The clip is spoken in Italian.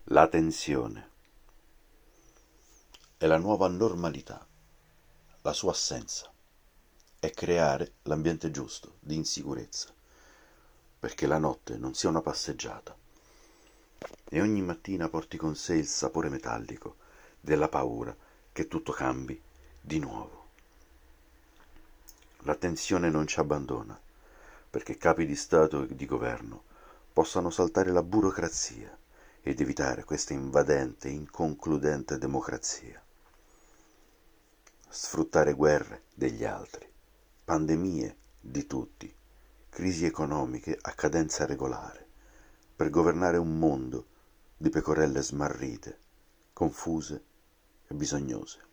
La tensione è la nuova normalità, la sua assenza è creare l'ambiente giusto di insicurezza, perché la notte non sia una passeggiata e ogni mattina porti con sé il sapore metallico della paura che tutto cambi di nuovo. La tensione non ci abbandona, perché capi di Stato e di governo possano saltare la burocrazia ed evitare questa invadente e inconcludente democrazia. Sfruttare guerre degli altri, pandemie di tutti, crisi economiche a cadenza regolare, per governare un mondo di pecorelle smarrite, confuse e bisognose.